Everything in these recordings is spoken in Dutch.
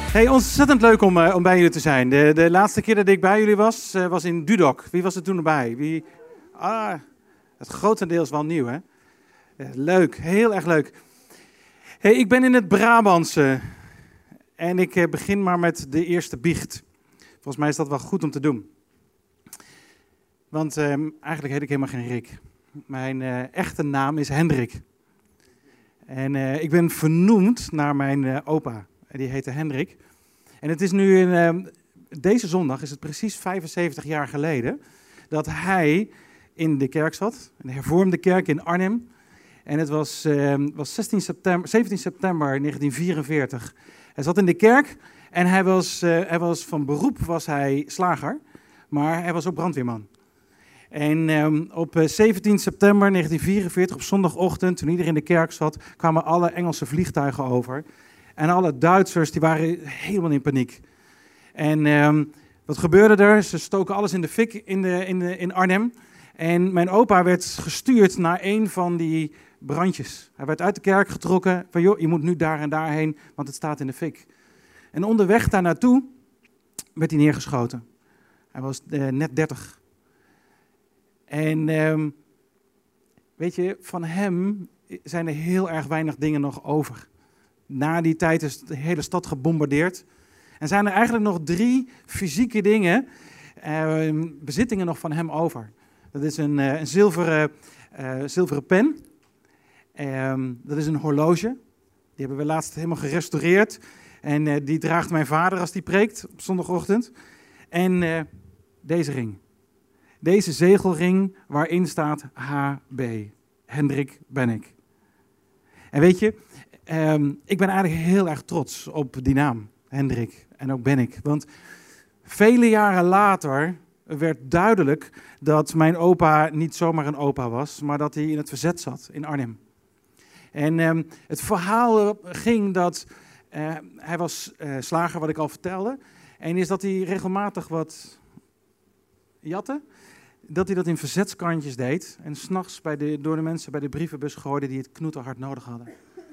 Hey, ontzettend leuk om bij jullie te zijn. De laatste keer dat ik bij jullie was, was in Dudok. Wie was er toen erbij? Het grotendeels wel nieuw, hè? Ja, leuk, heel erg leuk. Hey, ik ben in het Brabantse en ik begin maar met de eerste biecht. Volgens mij is dat wel goed om te doen. Want eigenlijk heet ik helemaal geen Rick. Mijn echte naam is Hendrik. En ik ben vernoemd naar mijn opa. Die heette Hendrik. En het is nu, deze zondag is het precies 75 jaar geleden dat hij in de kerk zat. In de hervormde kerk in Arnhem. En het was 17 september 1944. Hij zat in de kerk en hij was van beroep was hij slager. Maar hij was ook brandweerman. En op 17 september 1944, op zondagochtend, toen iedereen in de kerk zat, kwamen alle Engelse vliegtuigen over. En alle Duitsers die waren helemaal in paniek. En wat gebeurde er? Ze stoken alles in de fik in Arnhem. En mijn opa werd gestuurd naar een van die brandjes. Hij werd uit de kerk getrokken van, joh, je moet nu daar en daarheen, want het staat in de fik. En onderweg daar naartoe werd hij neergeschoten. Hij was net 30. En weet je, van hem zijn er heel erg weinig dingen nog over. Na die tijd is de hele stad gebombardeerd. En zijn er eigenlijk nog 3 fysieke dingen, bezittingen nog van hem over. Dat is een zilveren pen. Dat is een horloge. Die hebben we laatst helemaal gerestaureerd. En die draagt mijn vader als die preekt op zondagochtend. En deze ring. Deze zegelring waarin staat HB. Hendrik ben ik. En weet je, ik ben eigenlijk heel erg trots op die naam, Hendrik. En ook ben ik. Want vele jaren later werd duidelijk dat mijn opa niet zomaar een opa was, maar dat hij in het verzet zat in Arnhem. En het verhaal ging dat hij was slager, wat ik al vertelde. En is dat hij regelmatig wat jatte. Dat hij dat in verzetskantjes deed. En 's nachts door de mensen bij de brievenbus gooide die het knoeterhard nodig hadden.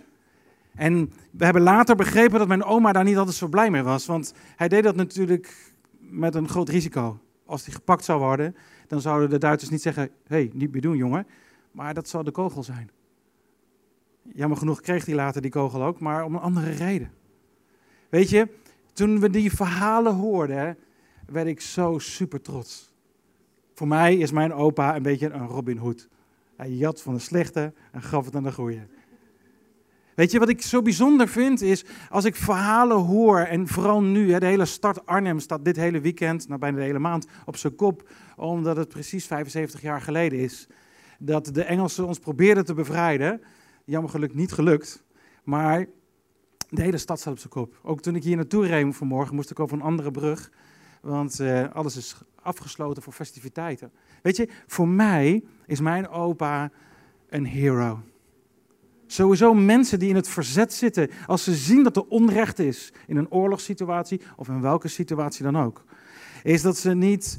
En we hebben later begrepen dat mijn oma daar niet altijd zo blij mee was. Want hij deed dat natuurlijk met een groot risico. Als hij gepakt zou worden, dan zouden de Duitsers niet zeggen, hey, niet meer doen jongen. Maar dat zou de kogel zijn. Jammer genoeg kreeg hij later die kogel ook, maar om een andere reden. Weet je, toen we die verhalen hoorden, werd ik zo super trots. Voor mij is mijn opa een beetje een Robin Hood. Hij jat van de slechte en gaf het aan de goeie. Weet je, wat ik zo bijzonder vind is, als ik verhalen hoor, en vooral nu, de hele stad Arnhem staat dit hele weekend, nou bijna de hele maand, op zijn kop, omdat het precies 75 jaar geleden is, dat de Engelsen ons probeerden te bevrijden. Jammer geluk niet gelukt, maar de hele stad staat op zijn kop. Ook toen ik hier naartoe reed vanmorgen, moest ik over een andere brug, want alles is afgesloten voor festiviteiten. Weet je, voor mij is mijn opa een hero. Sowieso mensen die in het verzet zitten, als ze zien dat er onrecht is in een oorlogssituatie of in welke situatie dan ook, is dat ze niet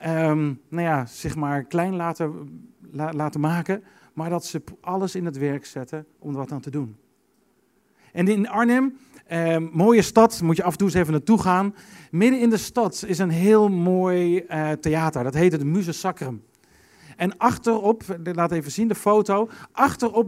zich maar klein laten maken, maar dat ze alles in het werk zetten om er wat aan te doen. En in Arnhem, mooie stad, moet je af en toe eens even naartoe gaan. Midden in de stad is een heel mooi theater, dat heet het Muze Sacrum. En achterop, laat even zien de foto, achterop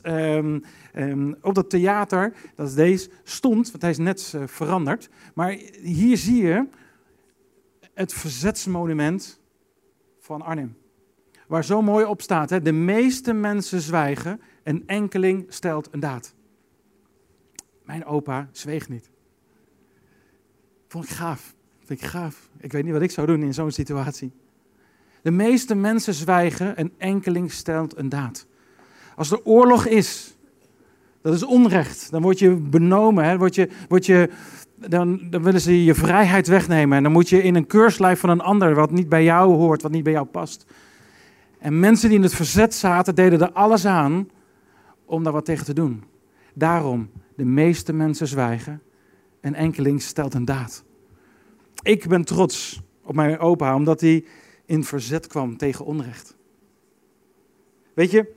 op dat theater, dat is deze, stond, want hij is net veranderd. Maar hier zie je het verzetsmonument van Arnhem. Waar zo mooi op staat, hè, de meeste mensen zwijgen, een enkeling stelt een daad. Mijn opa zweeg niet. Vond ik gaaf. Ik weet niet wat ik zou doen in zo'n situatie. De meeste mensen zwijgen, een enkeling stelt een daad. Als er oorlog is, dat is onrecht. Dan word je benomen, hè? Dan willen ze je vrijheid wegnemen. En dan moet je in een keurslijf van een ander, wat niet bij jou hoort, wat niet bij jou past. En mensen die in het verzet zaten, deden er alles aan om daar wat tegen te doen. Daarom, de meeste mensen zwijgen, een enkeling stelt een daad. Ik ben trots op mijn opa, omdat hij in verzet kwam tegen onrecht. Weet je,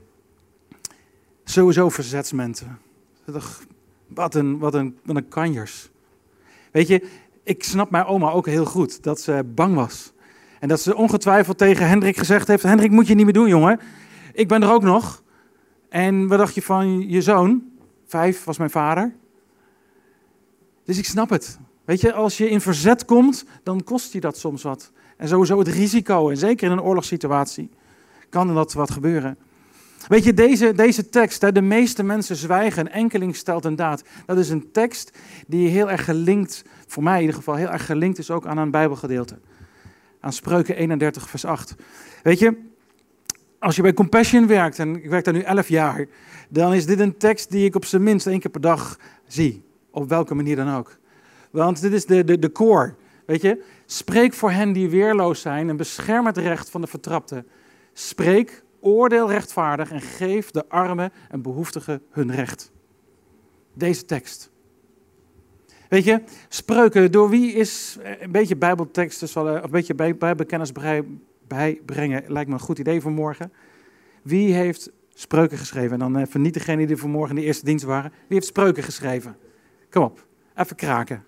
sowieso verzetsmensen. Wat een kanjers. Weet je, ik snap mijn oma ook heel goed dat ze bang was. En dat ze ongetwijfeld tegen Hendrik gezegd heeft, Hendrik, moet je niet meer doen, jongen. Ik ben er ook nog. En wat dacht je van je zoon? 5 was mijn vader. Dus ik snap het. Weet je, als je in verzet komt, dan kost je dat soms wat. En sowieso het risico, en zeker in een oorlogssituatie, kan er dat wat gebeuren. Weet je, deze tekst, de meeste mensen zwijgen, een enkeling stelt een daad. Dat is een tekst die heel erg gelinkt, voor mij in ieder geval, heel erg gelinkt is ook aan een Bijbelgedeelte. Aan Spreuken 31 vers 8. Weet je, als je bij Compassion werkt, en ik werk daar nu 11 jaar, dan is dit een tekst die ik op zijn minst 1 keer per dag zie. Op welke manier dan ook. Want dit is de core, weet je. Spreek voor hen die weerloos zijn en bescherm het recht van de vertrapte. Spreek, oordeel rechtvaardig en geef de armen en behoeftigen hun recht. Deze tekst. Weet je, Spreuken, door wie is een beetje bijbelteksten, of een beetje bijbelkennis bijbrengen, lijkt me een goed idee voor morgen. Wie heeft Spreuken geschreven? En dan even niet degene die vanmorgen in de eerste dienst waren. Wie heeft Spreuken geschreven? Kom op, even kraken.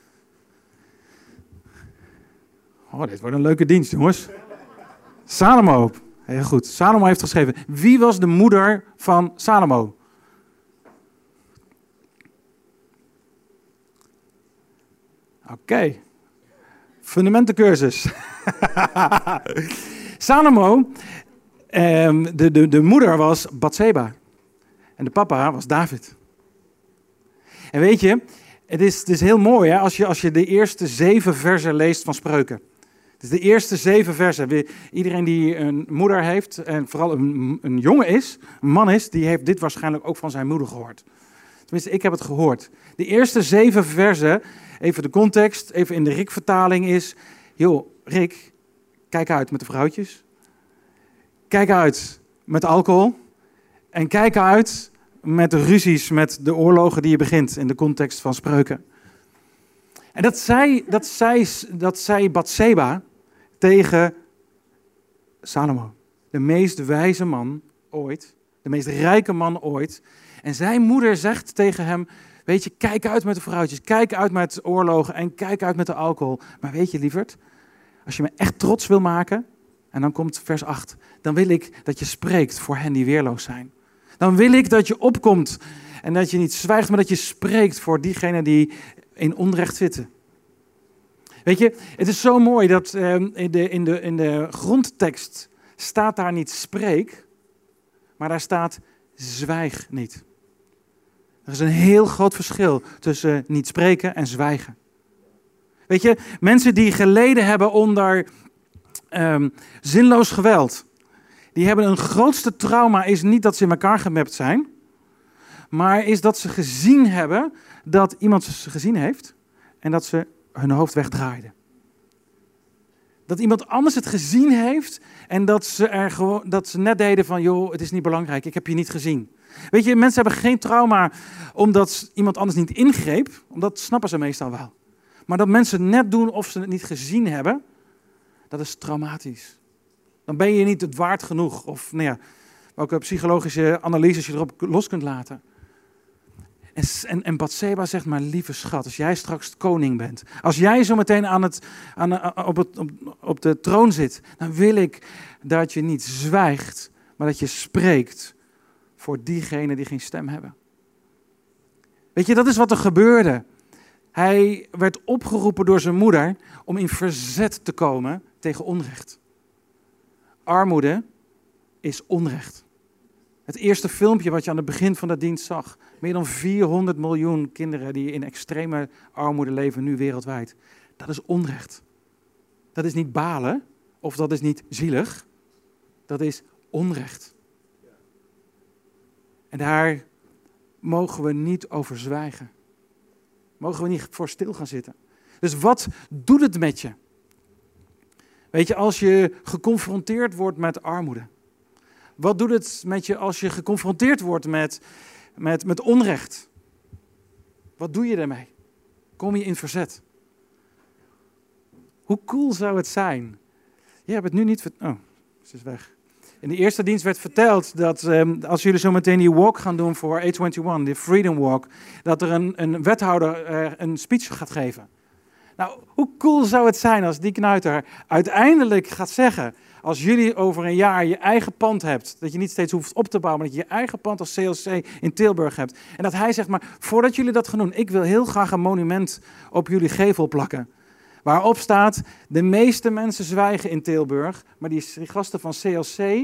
Oh, dit wordt een leuke dienst, jongens. Salomo. Heel goed. Salomo heeft geschreven. Wie was de moeder van Salomo? Oké. Fundamentencursus. Salomo, de moeder was Batseba. En de papa was David. En weet je, het is heel mooi hè, als je de eerste 7 versen leest van Spreuken. Dus de eerste 7 versen. Iedereen die een moeder heeft, en vooral een jongen is, een man is, die heeft dit waarschijnlijk ook van zijn moeder gehoord. Tenminste, ik heb het gehoord. De eerste 7 versen, even de context, even in de Rick-vertaling is, joh, Rick, kijk uit met de vrouwtjes. Kijk uit met alcohol. En kijk uit met de ruzies, met de oorlogen die je begint in de context van Spreuken. En dat zei Batseba tegen Salomo. De meest wijze man ooit. De meest rijke man ooit. En zijn moeder zegt tegen hem, weet je, kijk uit met de vrouwtjes. Kijk uit met oorlogen en kijk uit met de alcohol. Maar weet je, lieverd, als je me echt trots wil maken, en dan komt vers 8, dan wil ik dat je spreekt voor hen die weerloos zijn. Dan wil ik dat je opkomt en dat je niet zwijgt, maar dat je spreekt voor diegenen die in onrecht zitten. Weet je, het is zo mooi dat in de grondtekst staat daar niet spreek, maar daar staat zwijg niet. Er is een heel groot verschil tussen niet spreken en zwijgen. Weet je, mensen die geleden hebben onder zinloos geweld, die hebben een grootste trauma, is niet dat ze in elkaar gemapt zijn, maar is dat ze gezien hebben dat iemand ze gezien heeft en dat ze hun hoofd wegdraaiden. Dat iemand anders het gezien heeft en dat ze net deden van, joh, het is niet belangrijk, ik heb je niet gezien. Weet je, mensen hebben geen trauma omdat iemand anders niet ingreep, omdat snappen ze meestal wel. Maar dat mensen net doen of ze het niet gezien hebben, dat is traumatisch. Dan ben je niet het waard genoeg. Of nou ja, welke psychologische analyses je erop los kunt laten. En Batseba zegt, maar lieve schat, als jij straks koning bent. Als jij zo meteen op de troon zit. Dan wil ik dat je niet zwijgt, maar dat je spreekt voor diegenen die geen stem hebben. Weet je, dat is wat er gebeurde. Hij werd opgeroepen door zijn moeder om in verzet te komen tegen onrecht. Armoede is onrecht. Het eerste filmpje wat je aan het begin van de dienst zag. Meer dan 400 miljoen kinderen die in extreme armoede leven nu wereldwijd. Dat is onrecht. Dat is niet balen of dat is niet zielig. Dat is onrecht. En daar mogen we niet over zwijgen. Mogen we niet voor stil gaan zitten. Dus wat doet het met je? Weet je, als je geconfronteerd wordt met armoede. Wat doet het met je als je geconfronteerd wordt met onrecht? Wat doe je daarmee? Kom je in verzet? Hoe cool zou het zijn? Je hebt het nu niet... Oh, ze is weg. In de eerste dienst werd verteld dat als jullie zo meteen die walk gaan doen voor A21, de Freedom Walk, dat er een wethouder een speech gaat geven. Nou, hoe cool zou het zijn als die knuiter uiteindelijk gaat zeggen, als jullie over een jaar je eigen pand hebt, dat je niet steeds hoeft op te bouwen, maar dat je je eigen pand als CLC in Tilburg hebt. En dat hij zegt, maar voordat jullie dat gaan doen, ik wil heel graag een monument op jullie gevel plakken. Waarop staat, de meeste mensen zwijgen in Tilburg, maar die gasten van CLC,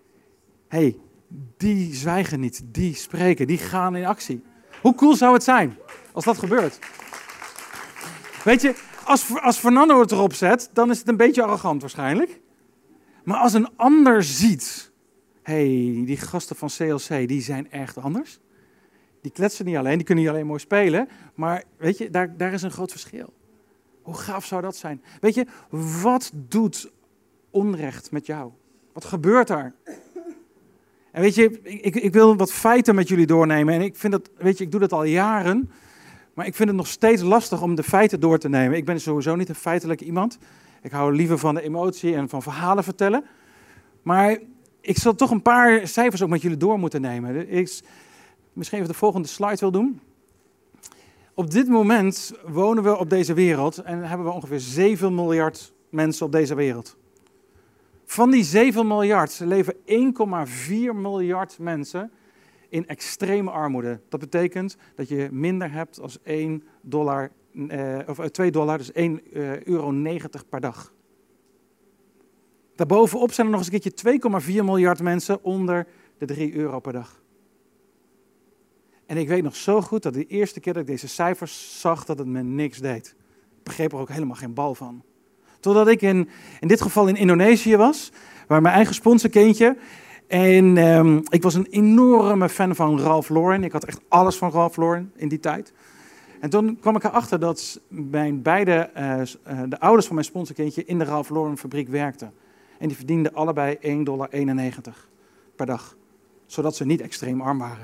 die zwijgen niet, die spreken, die gaan in actie. Hoe cool zou het zijn als dat gebeurt? Weet je, als Fernando het erop zet, dan is het een beetje arrogant waarschijnlijk. Maar als een ander ziet, die gasten van CLC, die zijn echt anders. Die kletsen niet alleen, die kunnen niet alleen mooi spelen, maar weet je, daar is een groot verschil. Hoe gaaf zou dat zijn? Weet je, wat doet onrecht met jou? Wat gebeurt daar? En weet je, ik wil wat feiten met jullie doornemen. En ik vind dat, weet je, ik doe dat al jaren. Maar ik vind het nog steeds lastig om de feiten door te nemen. Ik ben sowieso niet een feitelijk iemand. Ik hou liever van de emotie en van verhalen vertellen. Maar ik zal toch een paar cijfers ook met jullie door moeten nemen. Misschien even de volgende slide wil doen. Op dit moment wonen we op deze wereld en hebben we ongeveer 7 miljard mensen op deze wereld. Van die 7 miljard leven 1,4 miljard mensen in extreme armoede. Dat betekent dat je minder hebt als $1, of $2, dus €1,90 per dag. Daarbovenop zijn er nog eens een keertje 2,4 miljard mensen onder de €3 per dag. En ik weet nog zo goed dat de eerste keer dat ik deze cijfers zag, dat het me niks deed. Ik begreep er ook helemaal geen bal van. Totdat ik in dit geval in Indonesië was, waar mijn eigen sponsorkindje. En ik was een enorme fan van Ralph Lauren. Ik had echt alles van Ralph Lauren in die tijd. En toen kwam ik erachter dat de ouders van mijn sponsorkindje in de Ralph Lauren fabriek werkten. En die verdienden allebei $1,91 per dag. Zodat ze niet extreem arm waren.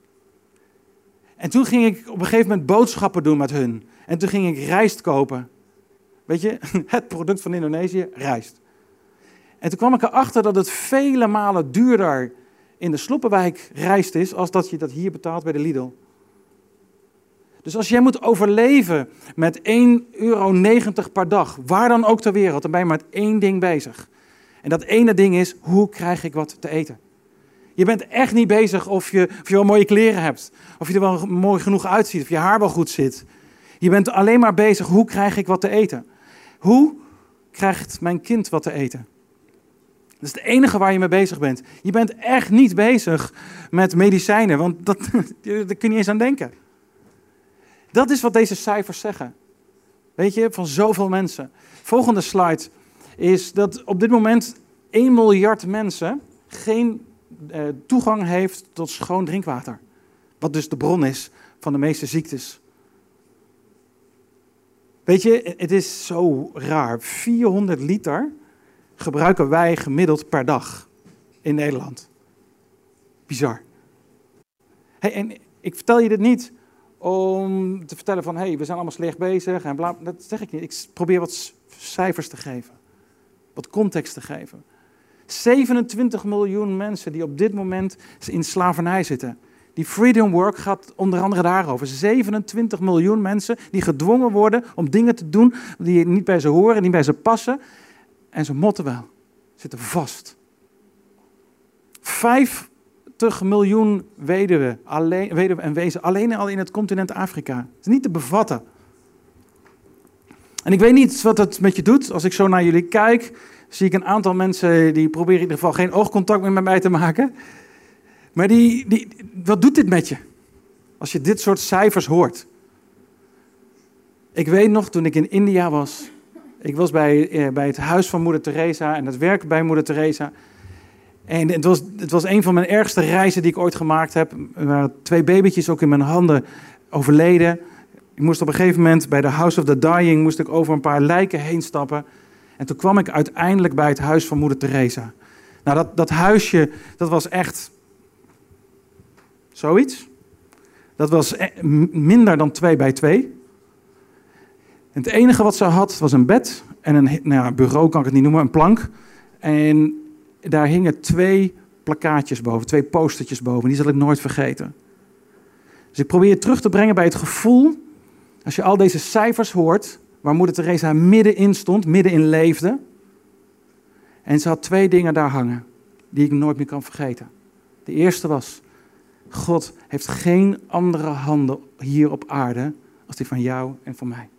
En toen ging ik op een gegeven moment boodschappen doen met hun. En toen ging ik rijst kopen. Weet je, het product van Indonesië, rijst. En toen kwam ik erachter dat het vele malen duurder in de Sloppenwijk rijst is, als dat je dat hier betaalt bij de Lidl. Dus als jij moet overleven met €1,90 per dag, waar dan ook ter wereld, dan ben je met één ding bezig. En dat ene ding is, hoe krijg ik wat te eten? Je bent echt niet bezig of je wel mooie kleren hebt, of je er wel mooi genoeg uitziet, of je haar wel goed zit. Je bent alleen maar bezig, hoe krijg ik wat te eten? Hoe krijgt mijn kind wat te eten? Dat is het enige waar je mee bezig bent. Je bent echt niet bezig met medicijnen, want daar kun je niet eens aan denken. Dat is wat deze cijfers zeggen. Weet je, van zoveel mensen. Volgende slide is dat op dit moment 1 miljard mensen geen toegang heeft tot schoon drinkwater. Wat dus de bron is van de meeste ziektes. Weet je, het is zo raar. 400 liter gebruiken wij gemiddeld per dag in Nederland. Bizar. En ik vertel je dit niet om te vertellen van, we zijn allemaal slecht bezig en bla. Dat zeg ik niet. Ik probeer wat cijfers te geven. Wat context te geven. 27 miljoen mensen die op dit moment in slavernij zitten. Die Freedom Work gaat onder andere daarover. 27 miljoen mensen die gedwongen worden om dingen te doen die niet bij ze horen, niet bij ze passen. En ze motten wel. Zitten vast. 50 miljoen weduwen en wezen alleen al in het continent Afrika. Dat is niet te bevatten. En ik weet niet wat het met je doet. Als ik zo naar jullie kijk, zie ik een aantal mensen die proberen in ieder geval geen oogcontact meer met mij te maken. Maar wat doet dit met je? Als je dit soort cijfers hoort. Ik weet nog, toen ik in India was. Ik was bij het huis van Moeder Teresa en het werk bij Moeder Teresa. En het was een van mijn ergste reizen die ik ooit gemaakt heb. Er waren 2 babytjes ook in mijn handen overleden. Ik moest op een gegeven moment bij de House of the Dying moest ik over een paar lijken heen stappen. En toen kwam ik uiteindelijk bij het huis van Moeder Teresa. Nou, dat huisje, dat was echt zoiets. Dat was minder dan 2 bij 2. En het enige wat ze had was een bed en een bureau, kan ik het niet noemen, een plank. En daar hingen 2 plakkaatjes boven, 2 postertjes boven. Die zal ik nooit vergeten. Dus ik probeer je terug te brengen bij het gevoel, als je al deze cijfers hoort, waar moeder Teresa middenin stond, middenin leefde. En ze had 2 dingen daar hangen, die ik nooit meer kan vergeten. De eerste was, God heeft geen andere handen hier op aarde als die van jou en van mij.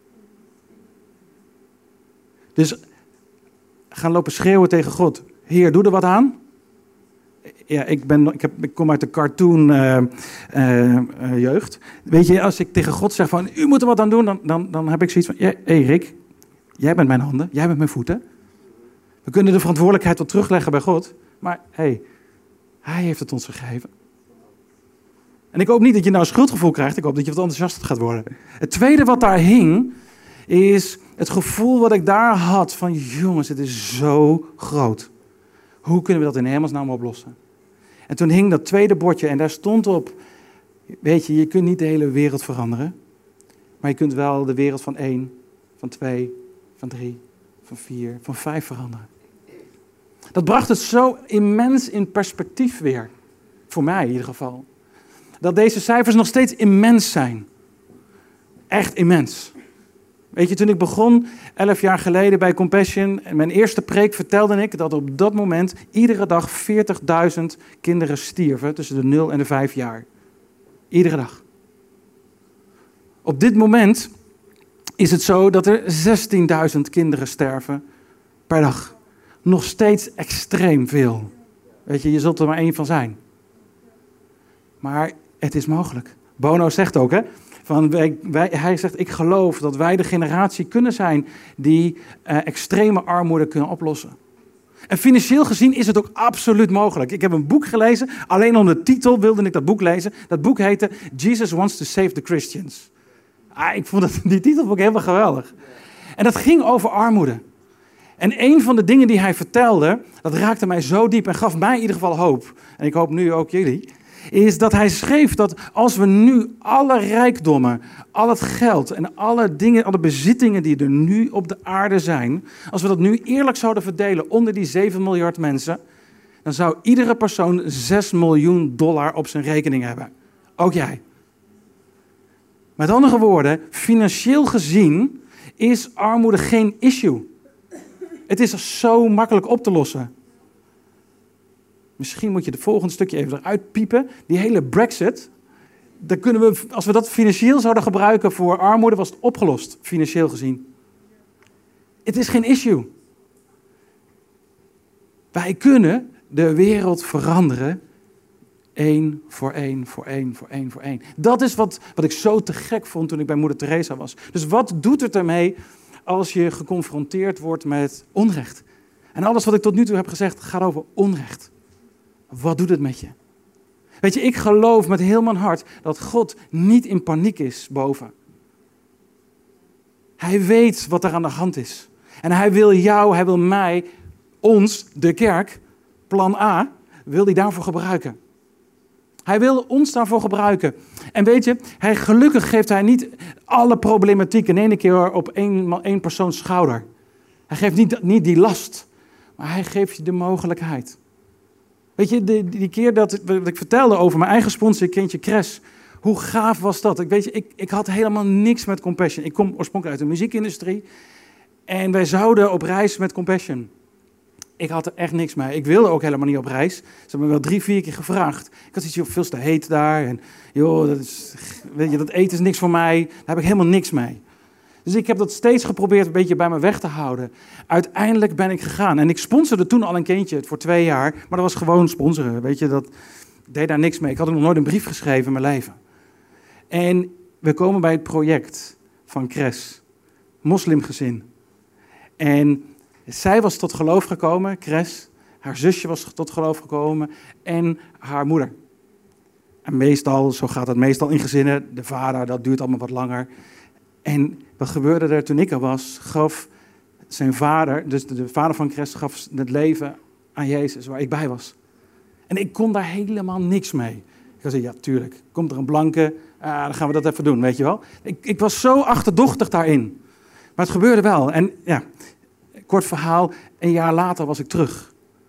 Dus gaan lopen schreeuwen tegen God. Heer, doe er wat aan. Ja, ik kom uit de cartoon jeugd. Weet je, als ik tegen God zeg van, u moet er wat aan doen, dan heb ik zoiets van, hey Rick, jij bent mijn handen, jij bent mijn voeten. We kunnen de verantwoordelijkheid wel terugleggen bij God, maar hey, hij heeft het ons gegeven. En ik hoop niet dat je nou een schuldgevoel krijgt, ik hoop dat je wat enthousiaster gaat worden. Het tweede wat daar hing, is het gevoel wat ik daar had van, jongens, het is zo groot. Hoe kunnen we dat in hemelsnaam oplossen? En toen hing dat tweede bordje en daar stond op, weet je kunt niet de hele wereld veranderen, maar je kunt wel de wereld van 1, van 2, van 3, van 4, van 5 veranderen. Dat bracht het zo immens in perspectief weer, voor mij in ieder geval, dat deze cijfers nog steeds immens zijn. Echt immens. Weet je, toen ik begon 11 jaar geleden bij Compassion, en mijn eerste preek vertelde ik dat op dat moment iedere dag 40.000 kinderen stierven tussen de 0 en de 5 jaar. Iedere dag. Op dit moment is het zo dat er 16.000 kinderen sterven per dag. Nog steeds extreem veel. Weet je, je zult er maar 1 van zijn. Maar het is mogelijk. Bono zegt ook, hè. Hij zegt, ik geloof dat wij de generatie kunnen zijn die extreme armoede kunnen oplossen. En financieel gezien is het ook absoluut mogelijk. Ik heb een boek gelezen, alleen om de titel wilde ik dat boek lezen. Dat boek heette Jesus Wants to Save the Christians. Ik vond die titel vond ik helemaal geweldig. En dat ging over armoede. En een van de dingen die hij vertelde, dat raakte mij zo diep en gaf mij in ieder geval hoop. En ik hoop nu ook jullie. Is dat hij schreef dat als we nu alle rijkdommen, al het geld en alle dingen, alle bezittingen die er nu op de aarde zijn, als we dat nu eerlijk zouden verdelen onder die 7 miljard mensen, dan zou iedere persoon $6 miljoen op zijn rekening hebben. Ook jij. Met andere woorden, financieel gezien is armoede geen issue. Het is zo makkelijk op te lossen. Misschien moet je het volgende stukje even eruit piepen. Die hele Brexit, dan kunnen we, als we dat financieel zouden gebruiken voor armoede, was het opgelost, financieel gezien. Het is geen issue. Wij kunnen de wereld veranderen, 1 voor 1 voor 1 voor 1 voor 1. Dat is wat ik zo te gek vond toen ik bij moeder Teresa was. Dus wat doet het ermee als je geconfronteerd wordt met onrecht? En alles wat ik tot nu toe heb gezegd gaat over onrecht. Wat doet het met je? Weet je, ik geloof met heel mijn hart dat God niet in paniek is boven. Hij weet wat er aan de hand is. En hij wil jou, hij wil mij, ons, de kerk, plan A, wil hij daarvoor gebruiken. Hij wil ons daarvoor gebruiken. En weet je, gelukkig geeft hij niet alle problematiek in één keer op één persoons schouder. Hij geeft niet die last, maar hij geeft je de mogelijkheid. Weet je, die keer dat ik vertelde over mijn eigen sponsorkindje Cres, hoe gaaf was dat? Ik had helemaal niks met Compassion. Ik kom oorspronkelijk uit de muziekindustrie en wij zouden op reis met Compassion. Ik had er echt niks mee. Ik wilde ook helemaal niet op reis. Ze hebben me wel 3-4 keer gevraagd. Ik had iets veel te heet daar. En joh, dat eten is niks voor mij. Daar heb ik helemaal niks mee. Dus ik heb dat steeds geprobeerd een beetje bij me weg te houden. Uiteindelijk ben ik gegaan. En ik sponsorde toen al een kindje voor 2 jaar. Maar dat was gewoon sponsoren. Weet je, dat deed daar niks mee. Ik had nog nooit een brief geschreven in mijn leven. En we komen bij het project van Cres. Moslimgezin. En zij was tot geloof gekomen, Cres. Haar zusje was tot geloof gekomen. En haar moeder. En meestal, zo gaat het meestal in gezinnen. De vader, dat duurt allemaal wat langer. En wat gebeurde er toen ik er was? Gaf zijn vader, dus de vader van Cres, gaf het leven aan Jezus, waar ik bij was. En ik kon daar helemaal niks mee. Ik zei, ja, tuurlijk. Komt er een blanke, dan gaan we dat even doen, weet je wel. Ik was zo achterdochtig daarin. Maar het gebeurde wel. En ja, kort verhaal, een jaar later was ik terug.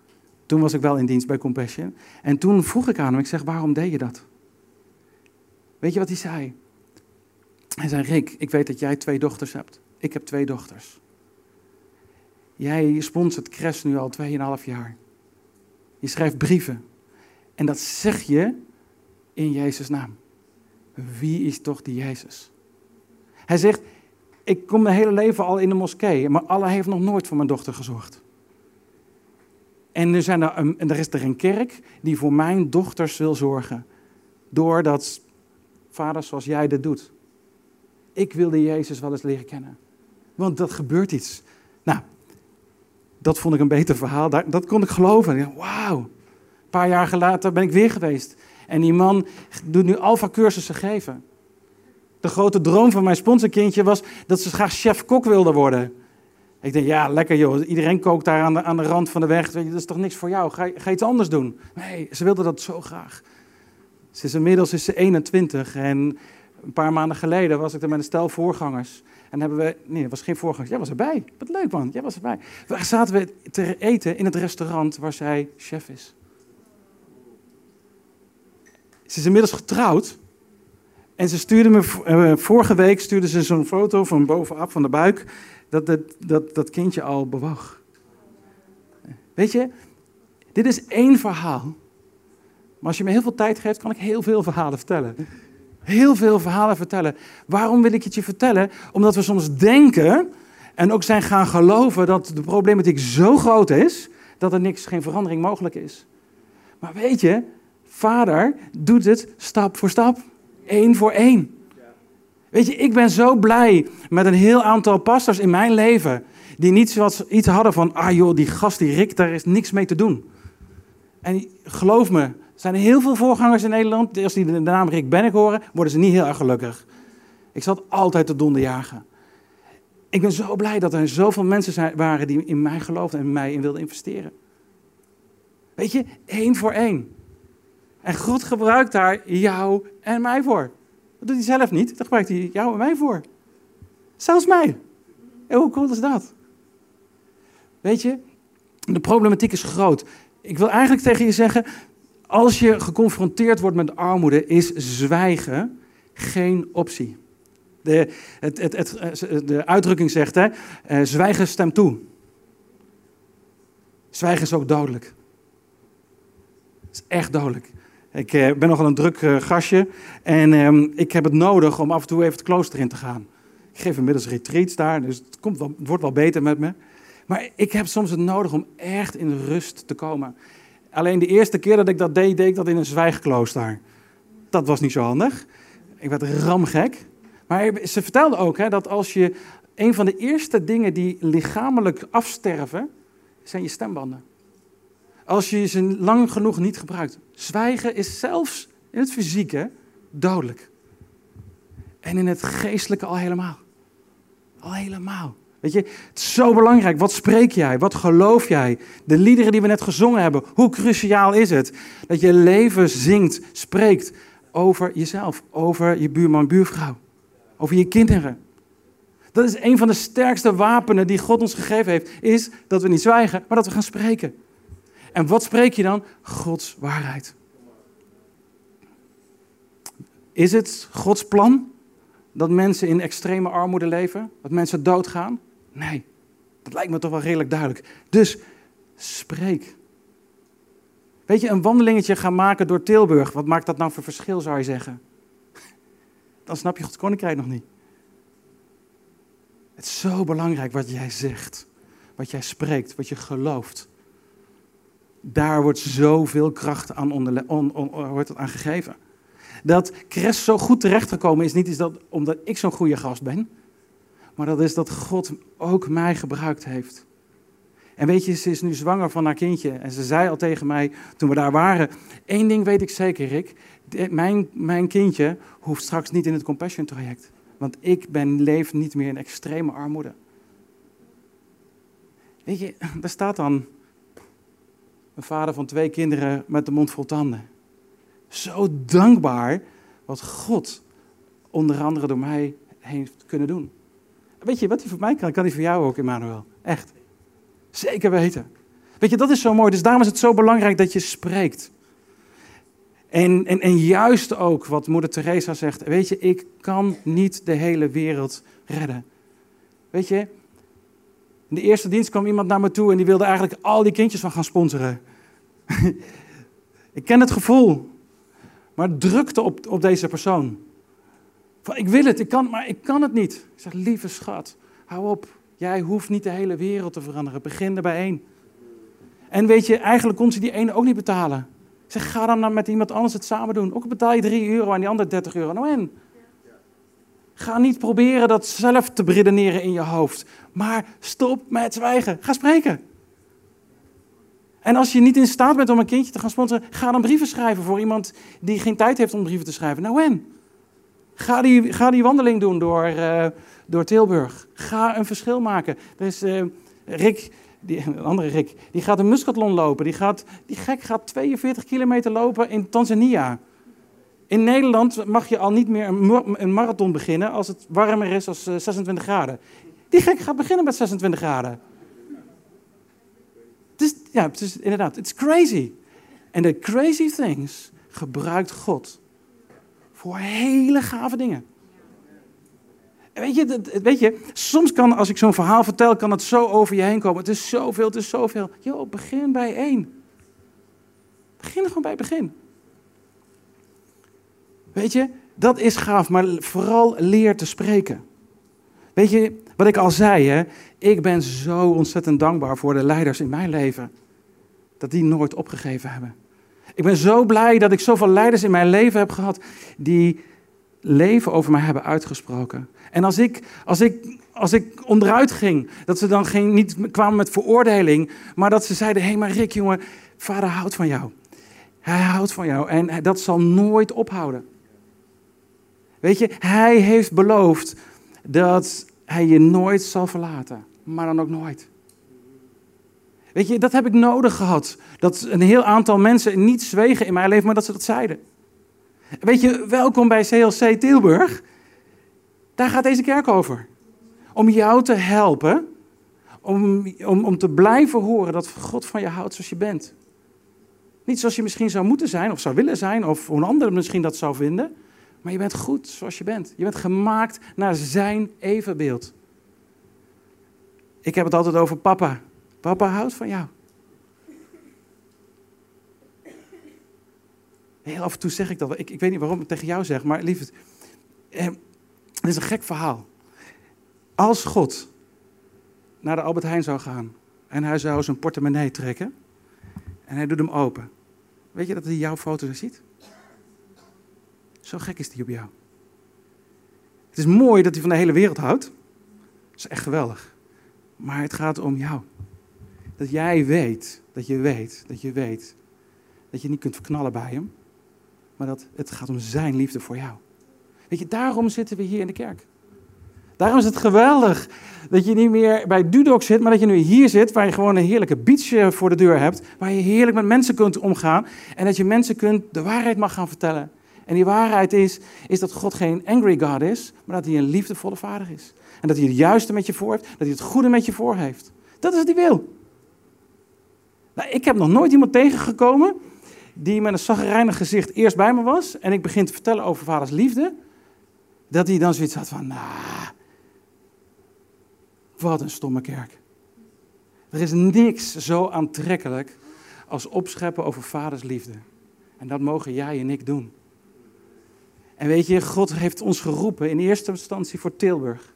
Toen was ik wel in dienst bij Compassion. En toen vroeg ik aan hem, ik zeg, waarom deed je dat? Weet je wat hij zei? Hij zei, Rick, ik weet dat jij 2 dochters hebt. Ik heb 2 dochters. Jij sponsort Cres nu al 2,5 jaar. Je schrijft brieven. En dat zeg je in Jezus' naam. Wie is toch die Jezus? Hij zegt, ik kom mijn hele leven al in de moskee, maar Allah heeft nog nooit voor mijn dochter gezorgd. En er is er een kerk die voor mijn dochters wil zorgen. Doordat vaders zoals jij dat doet. Ik wilde Jezus wel eens leren kennen. Want dat gebeurt iets. Nou, dat vond ik een beter verhaal. Dat kon ik geloven. Wauw. Een paar jaar later ben ik weer geweest. En die man doet nu alpha-cursussen geven. De grote droom van mijn sponsorkindje was dat ze graag chef-kok wilde worden. Ik denk, ja, lekker joh. Iedereen kookt daar aan de rand van de weg. Dat is toch niks voor jou? Ga je iets anders doen? Nee, ze wilde dat zo graag. Inmiddels is ze 21 en een paar maanden geleden was ik er met een stel voorgangers. En nee, dat was geen voorgangers. Jij was erbij. Wat leuk man, jij was erbij. Daar zaten we te eten in het restaurant waar zij chef is. Ze is inmiddels getrouwd. En ze stuurde me, vorige week stuurde ze zo'n foto van bovenaf, van de buik, dat kindje al bewoog. Weet je, dit is 1 verhaal. Maar als je me heel veel tijd geeft, kan ik heel veel verhalen vertellen. Heel veel verhalen vertellen. Waarom wil ik het je vertellen? Omdat we soms denken en ook zijn gaan geloven dat de problematiek zo groot is, dat er geen verandering mogelijk is. Maar weet je, Vader doet het stap voor stap. 1 voor 1. Weet je, ik ben zo blij met een heel aantal pastors in mijn leven die niet iets hadden van, joh, die gast, die Rick, daar is niks mee te doen. En geloof me, er zijn heel veel voorgangers in Nederland, als die de naam Rick Bennek horen, worden ze niet heel erg gelukkig. Ik zat altijd te donder jagen. Ik ben zo blij dat er zoveel mensen waren die in mij geloofden en in mij wilden investeren. Weet je, 1 voor 1. En God gebruikt daar jou en mij voor. Dat doet hij zelf niet, daar gebruikt hij jou en mij voor. Zelfs mij. En hoe cool is dat? Weet je, de problematiek is groot. Ik wil eigenlijk tegen je zeggen, als je geconfronteerd wordt met armoede, is zwijgen geen optie. De uitdrukking zegt, zwijgen stemt toe. Zwijgen is ook dodelijk. Het is echt dodelijk. Ik ben nogal een druk gastje en ik heb het nodig om af en toe even het klooster in te gaan. Ik geef inmiddels retreats daar, dus het wordt wel beter met me. Maar ik heb soms het nodig om echt in rust te komen. Alleen de eerste keer dat ik dat deed ik dat in een zwijgklooster. Dat was niet zo handig. Ik werd ramgek. Maar ze vertelde ook dat als je een van de eerste dingen die lichamelijk afsterven, zijn je stembanden. Als je ze lang genoeg niet gebruikt. Zwijgen is zelfs in het fysieke dodelijk. En in het geestelijke al helemaal. Al helemaal. Weet je, het is zo belangrijk. Wat spreek jij? Wat geloof jij? De liederen die we net gezongen hebben. Hoe cruciaal is het dat je leven zingt, spreekt over jezelf. Over je buurman, buurvrouw. Over je kinderen. Dat is een van de sterkste wapenen die God ons gegeven heeft. Is dat we niet zwijgen, maar dat we gaan spreken. En wat spreek je dan? Gods waarheid. Is het Gods plan dat mensen in extreme armoede leven? Dat mensen doodgaan? Nee, dat lijkt me toch wel redelijk duidelijk. Dus spreek. Weet je, een wandelingetje gaan maken door Tilburg. Wat maakt dat nou voor verschil, zou je zeggen? Dan snap je Gods koninkrijk nog niet. Het is zo belangrijk wat jij zegt. Wat jij spreekt, wat je gelooft. Daar wordt zoveel kracht wordt aan gegeven. Dat Cres zo goed terechtgekomen is, niet is dat omdat ik zo'n goede gast ben, maar dat is dat God ook mij gebruikt heeft. En weet je, ze is nu zwanger van haar kindje en ze zei al tegen mij toen we daar waren, 1 ding weet ik zeker, Rick, mijn kindje hoeft straks niet in het Compassion traject, want ik leef niet meer in extreme armoede. Weet je, daar staat dan een vader van 2 kinderen met de mond vol tanden. Zo dankbaar wat God onder andere door mij heeft kunnen doen. Weet je, wat hij voor mij kan hij voor jou ook, Emmanuel. Echt. Zeker weten. Weet je, dat is zo mooi. Dus daarom is het zo belangrijk dat je spreekt. En juist ook wat moeder Teresa zegt. Weet je, ik kan niet de hele wereld redden. Weet je, in de eerste dienst kwam iemand naar me toe en die wilde eigenlijk al die kindjes van gaan sponsoren. Ik ken het gevoel. Maar drukte op deze persoon. Van, ik wil het, maar ik kan het niet. Ik zeg, lieve schat, hou op. Jij hoeft niet de hele wereld te veranderen. Begin er bij 1. En weet je, eigenlijk kon ze die ene ook niet betalen. Ik zeg, ga dan met iemand anders het samen doen. Ook betaal je €3 en die andere €30. Nou en? Ga niet proberen dat zelf te redeneren in je hoofd. Maar stop met zwijgen. Ga spreken. En als je niet in staat bent om een kindje te gaan sponsoren, ga dan brieven schrijven voor iemand die geen tijd heeft om brieven te schrijven. Nou en? Ga die wandeling doen door Tilburg. Ga een verschil maken. Er is Rick, een andere Rick, die gaat een Muscatlon lopen. Die gek gaat 42 kilometer lopen in Tanzania. In Nederland mag je al niet meer een marathon beginnen als het warmer is dan 26 graden. Die gek gaat beginnen met 26 graden. Het is inderdaad, it's crazy. En de crazy things gebruikt God voor hele gave dingen. En weet je, soms kan, als ik zo'n verhaal vertel, kan het zo over je heen komen. Het is zoveel. Yo, begin bij 1. Begin er gewoon bij het begin. Weet je, dat is gaaf, maar vooral leer te spreken. Weet je, wat ik al zei, hè, ik ben zo ontzettend dankbaar voor de leiders in mijn leven. Dat die nooit opgegeven hebben. Ik ben zo blij dat ik zoveel leiders in mijn leven heb gehad die leven over mij hebben uitgesproken. En als ik onderuit ging, dat ze dan niet kwamen met veroordeling, maar dat ze zeiden, hé, maar Rick, jongen, vader houdt van jou. Hij houdt van jou en dat zal nooit ophouden. Weet je, hij heeft beloofd dat hij je nooit zal verlaten, maar dan ook nooit. Weet je, dat heb ik nodig gehad. Dat een heel aantal mensen niet zwegen in mijn leven, maar dat ze dat zeiden. Weet je, welkom bij CLC Tilburg. Daar gaat deze kerk over. Om jou te helpen, om te blijven horen dat God van je houdt zoals je bent. Niet zoals je misschien zou moeten zijn of zou willen zijn, of hoe een ander misschien dat zou vinden. Maar je bent goed zoals je bent. Je bent gemaakt naar zijn evenbeeld. Ik heb het altijd over papa. Papa houdt van jou. Heel af en toe zeg ik dat. Ik weet niet waarom ik het tegen jou zeg, maar lieverd. Het is een gek verhaal. Als God naar de Albert Heijn zou gaan en hij zou zijn portemonnee trekken en hij doet hem open. Weet je dat hij jouw foto ziet? Zo gek is die op jou. Het is mooi dat hij van de hele wereld houdt. Dat is echt geweldig. Maar het gaat om jou. Dat jij weet, dat je niet kunt verknallen bij hem. Maar dat het gaat om zijn liefde voor jou. Weet je, daarom zitten we hier in de kerk. Daarom is het geweldig dat je niet meer bij Dudok zit, maar dat je nu hier zit, waar je gewoon een heerlijke beach voor de deur hebt, waar je heerlijk met mensen kunt omgaan en dat je mensen de waarheid mag gaan vertellen. En die waarheid is dat God geen angry God is, maar dat hij een liefdevolle vader is. En dat hij het juiste met je voor heeft, dat hij het goede met je voor heeft. Dat is wat hij wil. Nou, ik heb nog nooit iemand tegengekomen die met een chagrijnig gezicht eerst bij me was en ik begin te vertellen over vaders liefde, dat hij dan zoiets had van, wat een stomme kerk. Er is niks zo aantrekkelijk als opscheppen over vaders liefde. En dat mogen jij en ik doen. En weet je, God heeft ons geroepen in eerste instantie voor Tilburg.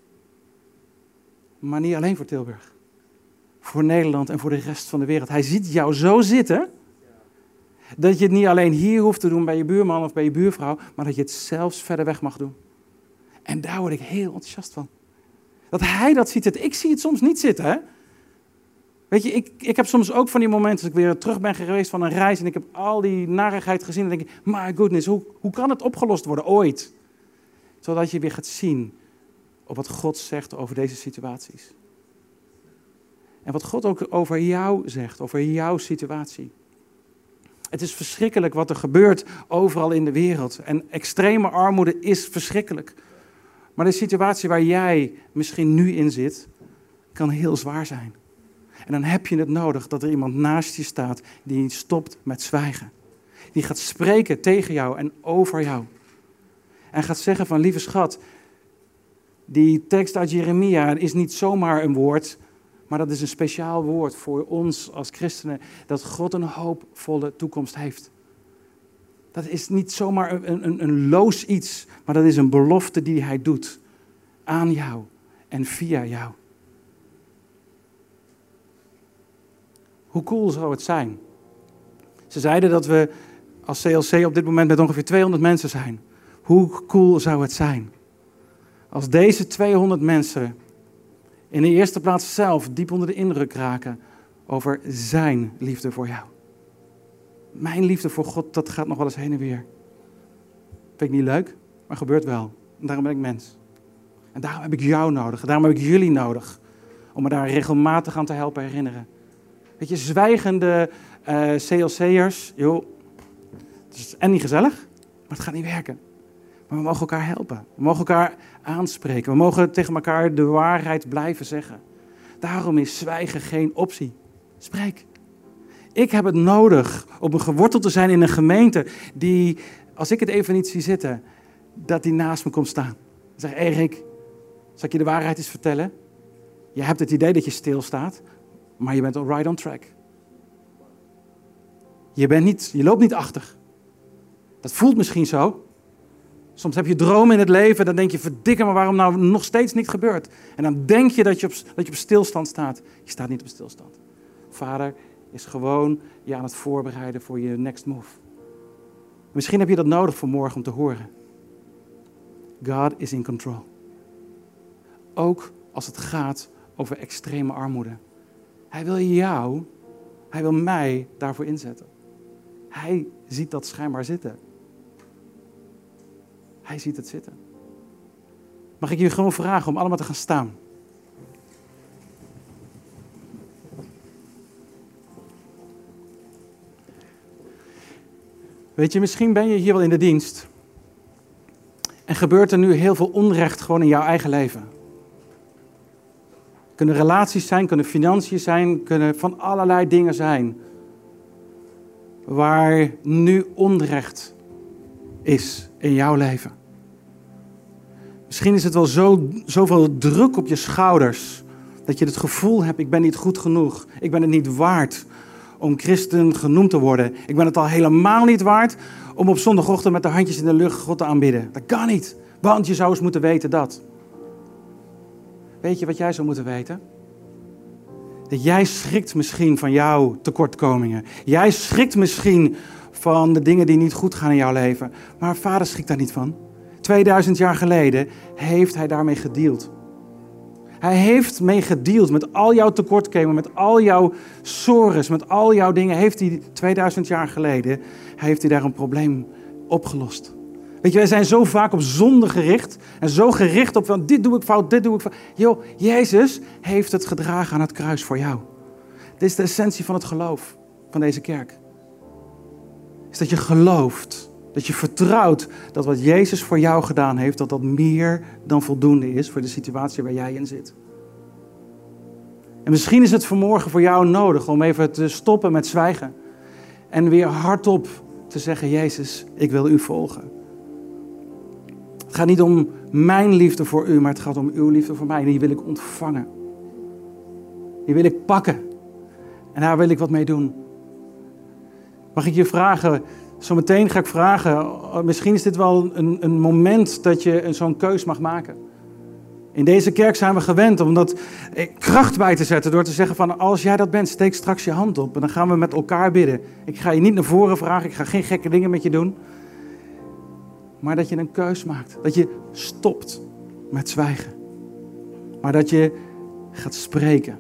Maar niet alleen voor Tilburg. Voor Nederland en voor de rest van de wereld. Hij ziet jou zo zitten, dat je het niet alleen hier hoeft te doen bij je buurman of bij je buurvrouw, maar dat je het zelfs verder weg mag doen. En daar word ik heel enthousiast van. Dat hij dat ziet zitten. Ik zie het soms niet zitten, hè. Weet je, ik heb soms ook van die momenten dat ik weer terug ben geweest van een reis en ik heb al die narigheid gezien en denk ik, my goodness, hoe kan het opgelost worden ooit? Zodat je weer gaat zien op wat God zegt over deze situaties. En wat God ook over jou zegt, over jouw situatie. Het is verschrikkelijk wat er gebeurt overal in de wereld. En extreme armoede is verschrikkelijk. Maar de situatie waar jij misschien nu in zit, kan heel zwaar zijn. En dan heb je het nodig dat er iemand naast je staat die stopt met zwijgen. Die gaat spreken tegen jou en over jou. En gaat zeggen van, lieve schat, die tekst uit Jeremia is niet zomaar een woord, maar dat is een speciaal woord voor ons als christenen, dat God een hoopvolle toekomst heeft. Dat is niet zomaar een loos iets, maar dat is een belofte die hij doet aan jou en via jou. Hoe cool zou het zijn? Ze zeiden dat we als CLC op dit moment met ongeveer 200 mensen zijn. Hoe cool zou het zijn als deze 200 mensen in de eerste plaats zelf diep onder de indruk raken over zijn liefde voor jou. Mijn liefde voor God, dat gaat nog wel eens heen en weer. Vind ik niet leuk, maar gebeurt wel. En daarom ben ik mens. En daarom heb ik jou nodig. En daarom heb ik jullie nodig. Om me daar regelmatig aan te helpen herinneren. Weet je, zwijgende CLC'ers, joh, het is en niet gezellig, maar het gaat niet werken. Maar we mogen elkaar helpen. We mogen elkaar aanspreken. We mogen tegen elkaar de waarheid blijven zeggen. Daarom is zwijgen geen optie. Spreek. Ik heb het nodig om geworteld te zijn in een gemeente die, als ik het even niet zie zitten, dat die naast me komt staan. Zeg, Rick, zal ik je de waarheid eens vertellen? Je hebt het idee dat je stilstaat, maar je bent al right on track. Je loopt niet achter. Dat voelt misschien zo. Soms heb je dromen in het leven, dan denk je, verdikke maar waarom nou nog steeds niet gebeurt. En dan denk je dat je op stilstand staat. Je staat niet op stilstand. Vader is gewoon je aan het voorbereiden voor je next move. Misschien heb je dat nodig voor morgen om te horen. God is in control. Ook als het gaat over extreme armoede. Hij wil mij daarvoor inzetten. Hij ziet dat schijnbaar zitten. Hij ziet het zitten. Mag ik jullie gewoon vragen om allemaal te gaan staan? Weet je, misschien ben je hier wel in de dienst. En gebeurt er nu heel veel onrecht gewoon in jouw eigen leven. Kunnen relaties zijn, kunnen financiën zijn, kunnen van allerlei dingen zijn. Waar nu onrecht is in jouw leven. Misschien is het wel zoveel druk op je schouders. Dat je het gevoel hebt, ik ben niet goed genoeg. Ik ben het niet waard om christen genoemd te worden. Ik ben het al helemaal niet waard om op zondagochtend met de handjes in de lucht God te aanbidden. Dat kan niet, want je zou eens moeten weten dat. Weet je wat jij zou moeten weten? Dat jij schrikt misschien van jouw tekortkomingen. Jij schrikt misschien van de dingen die niet goed gaan in jouw leven. Maar vader schrikt daar niet van. 2000 jaar geleden heeft hij daarmee gedeeld. Hij heeft mee gedeeld met al jouw tekortkomingen, met al jouw sores, met al jouw dingen. Heeft hij 2000 jaar geleden, heeft hij daar een probleem opgelost. Weet je, wij zijn zo vaak op zonde gericht en zo gericht op van dit doe ik fout, dit doe ik fout. Joh, Jezus heeft het gedragen aan het kruis voor jou. Dit is de essentie van het geloof van deze kerk. Is dat je gelooft, dat je vertrouwt dat wat Jezus voor jou gedaan heeft, dat dat meer dan voldoende is voor de situatie waar jij in zit. En misschien is het vanmorgen voor jou nodig om even te stoppen met zwijgen. En weer hardop te zeggen, Jezus, ik wil u volgen. Het gaat niet om mijn liefde voor u, maar het gaat om uw liefde voor mij. En die wil ik ontvangen. Die wil ik pakken. En daar wil ik wat mee doen. Mag ik je vragen, zometeen ga ik vragen, misschien is dit wel een moment dat je zo'n keus mag maken. In deze kerk zijn we gewend om dat kracht bij te zetten door te zeggen van als jij dat bent, steek straks je hand op en dan gaan we met elkaar bidden. Ik ga je niet naar voren vragen, ik ga geen gekke dingen met je doen. Maar dat je een keus maakt, dat je stopt met zwijgen. Maar dat je gaat spreken.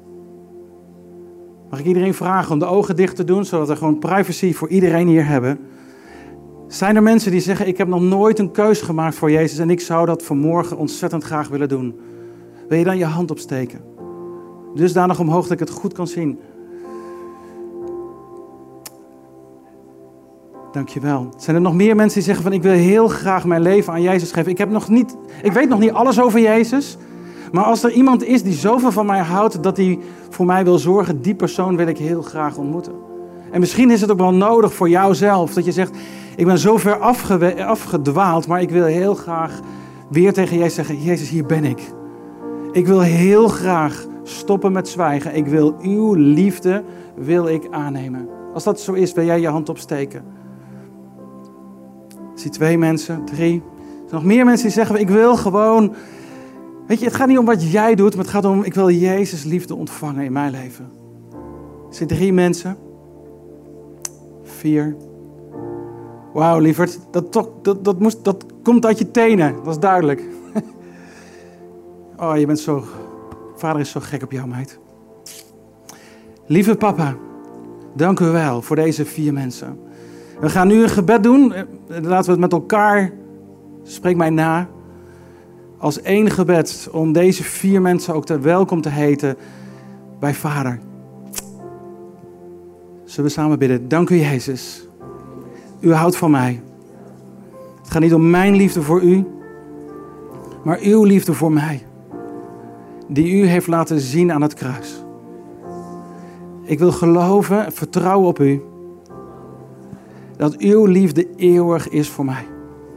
Mag ik iedereen vragen om de ogen dicht te doen, zodat we gewoon privacy voor iedereen hier hebben. Zijn er mensen die zeggen, ik heb nog nooit een keus gemaakt voor Jezus en ik zou dat vanmorgen ontzettend graag willen doen. Wil je dan je hand opsteken? Dusdanig omhoog dat ik het goed kan zien. Dankjewel. Zijn er nog meer mensen die zeggen van ik wil heel graag mijn leven aan Jezus geven. Ik weet nog niet alles over Jezus, Maar als er iemand is die zoveel van mij houdt dat hij voor mij wil zorgen, die persoon wil ik heel graag ontmoeten. En misschien is het ook wel nodig voor jouzelf dat je zegt, ik ben zo ver afgedwaald, maar ik wil heel graag weer tegen Jezus zeggen, Jezus, hier ben ik. Ik wil heel graag stoppen met zwijgen. Ik wil uw liefde wil ik aannemen. Als dat zo is, wil jij je hand opsteken. Ik zie 2 mensen, 3. Er zijn nog meer mensen die zeggen, ik wil gewoon... Weet je, het gaat niet om wat jij doet, maar het gaat om, ik wil Jezus liefde ontvangen in mijn leven. Ik zie 3 mensen. 4. Wauw, lieverd, dat komt uit je tenen, dat is duidelijk. Oh, je bent zo... Vader is zo gek op jou, meid. Lieve papa, dank u wel voor deze 4 mensen. We gaan nu een gebed doen. Laten we het met elkaar, spreek mij na, als 1 gebed om deze 4 mensen ook welkom te heten bij Vader. Zullen we samen bidden? Dank u, Jezus. U houdt van mij. Het gaat niet om mijn liefde voor u, maar uw liefde voor mij. Die u heeft laten zien aan het kruis. Ik wil geloven, vertrouwen op u. Dat uw liefde eeuwig is voor mij.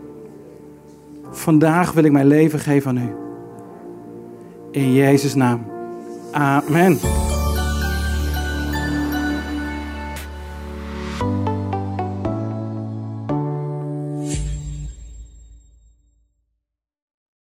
Vandaag wil ik mijn leven geven aan u. In Jezus' naam. Amen.